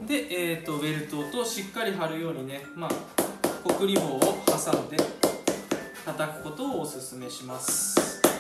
で、ウェルトとしっかり貼るようにね、コクリ棒を挟んで叩くことをおすすめします。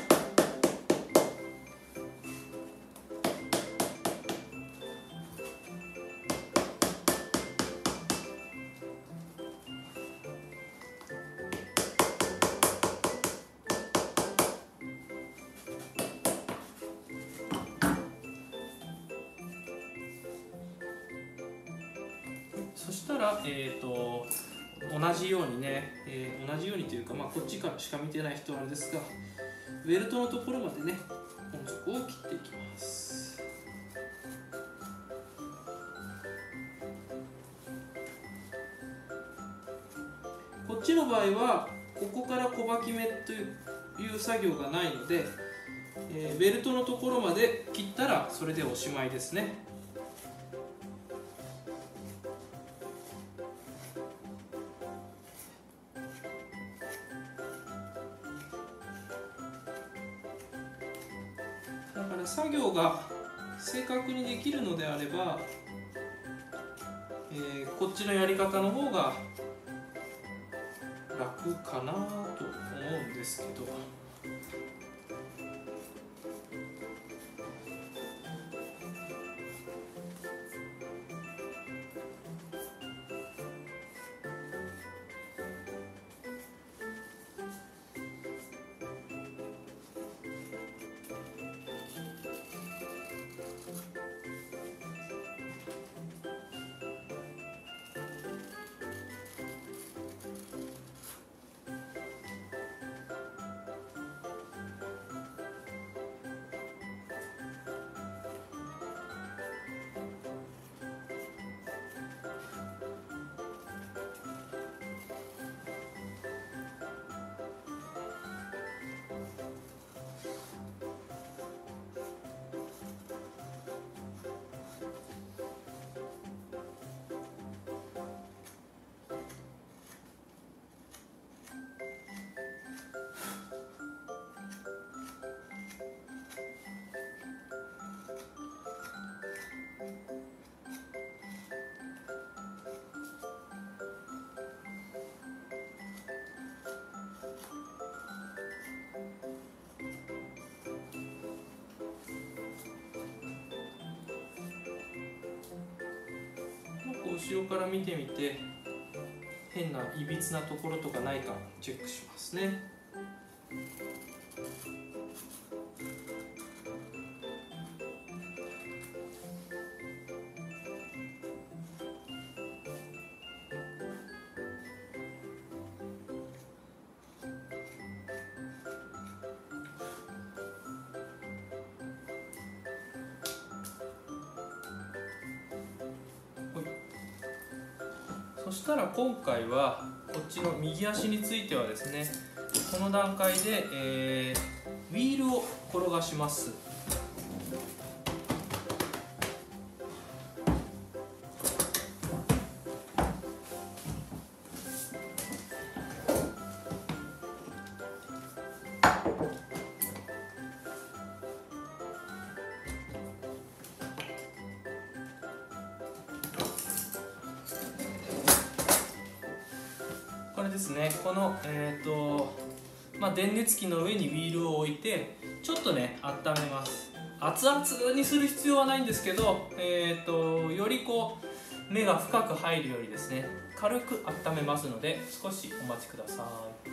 そしたら、同じようにね、同じようにというか、こっちからしか見てない人はあれですが、ウェルトのところまでね、本底を切っていきます。こっちの場合はここから小ばき目という作業がないので、ベルトのところまで切ったらそれでおしまいですね。だから作業が正確にできるのであれば、こっちのやり方の方が楽かなと思うんですけど。後ろから見てみて、変ないびつなところとかないかチェックしますね。そしたら今回はこっちの右足についてはですね、この段階で、ウィールを転がします。これですね、この、電熱器の上にウィールを置いてちょっとね温めます。熱々にする必要はないんですけど、よりこう目が深く入るようにですね、軽く温めますので少しお待ちくださ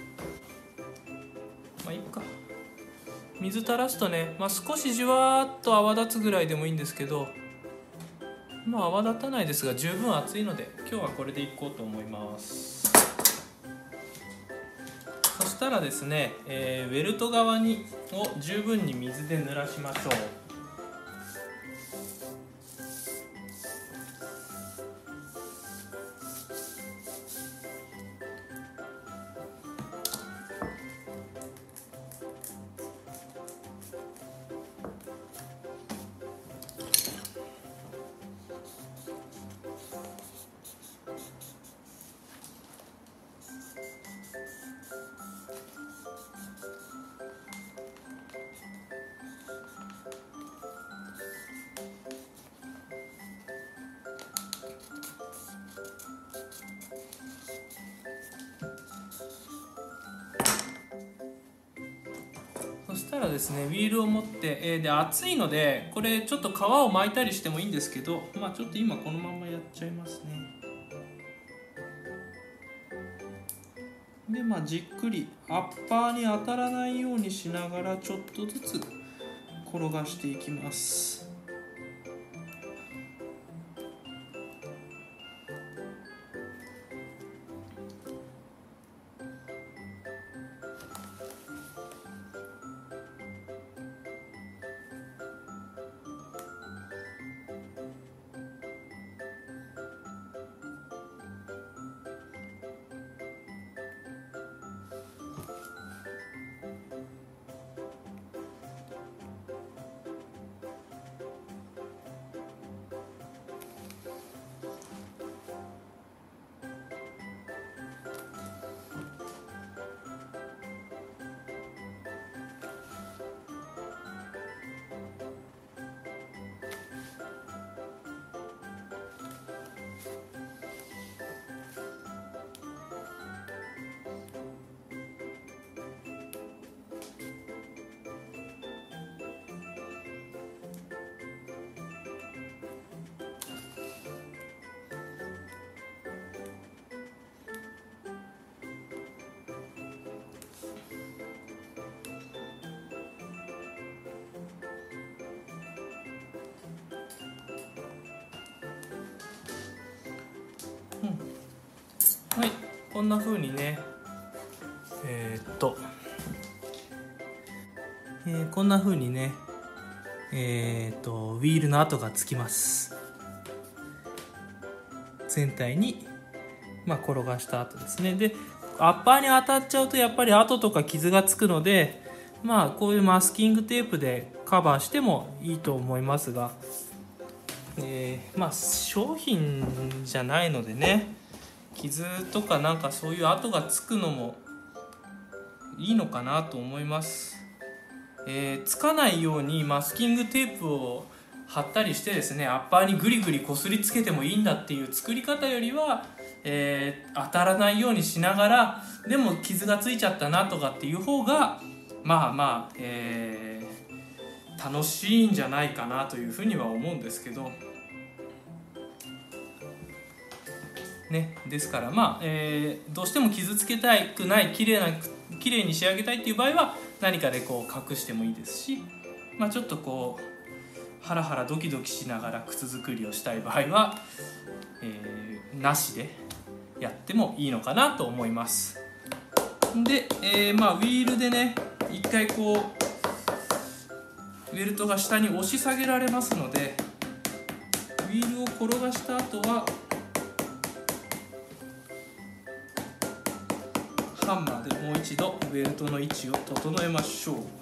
い。いいか、水垂らすとね、少しじわーっと泡立つぐらいでもいいんですけど、泡立たないですが十分熱いので今日はこれでいこうと思います。そしたらですね、ウェルト側を十分に水で濡らしましょう。 したらですね、ウィールを持って、で熱いのでこれちょっと皮を巻いたりしてもいいんですけど、まあちょっと今このままやっちゃいますね。でまあじっくりアッパーに当たらないようにしながらちょっとずつ転がしていきます。はい、こんな風にね、こんな風にね、ウィールの跡がつきます。全体に、まあ、転がした後ですね。で、アッパーに当たっちゃうとやっぱり跡とか傷がつくので、まあこういうマスキングテープでカバーしてもいいと思いますが、まあ商品じゃないのでね、傷とかなんかそういう跡がつくのもいいのかなと思います。つかないようにマスキングテープを貼ったりしてですね、アッパーにグリグリこすりつけてもいいんだっていう作り方よりは、当たらないようにしながらでも傷がついちゃったなとかっていう方がまあまあ、楽しいんじゃないかなというふうには思うんですけどね。ですからまあ、どうしても傷つけたくない、綺麗に仕上げたいっていう場合は何かでこう隠してもいいですし、まあ、ちょっとこうハラハラドキドキしながら靴作りをしたい場合は、なしでやってもいいのかなと思います。で、まあ、ウィールでね一回こうベルトが下に押し下げられますので、ウィールを転がした後はハンマーでもう一度ベルトの位置を整えましょう。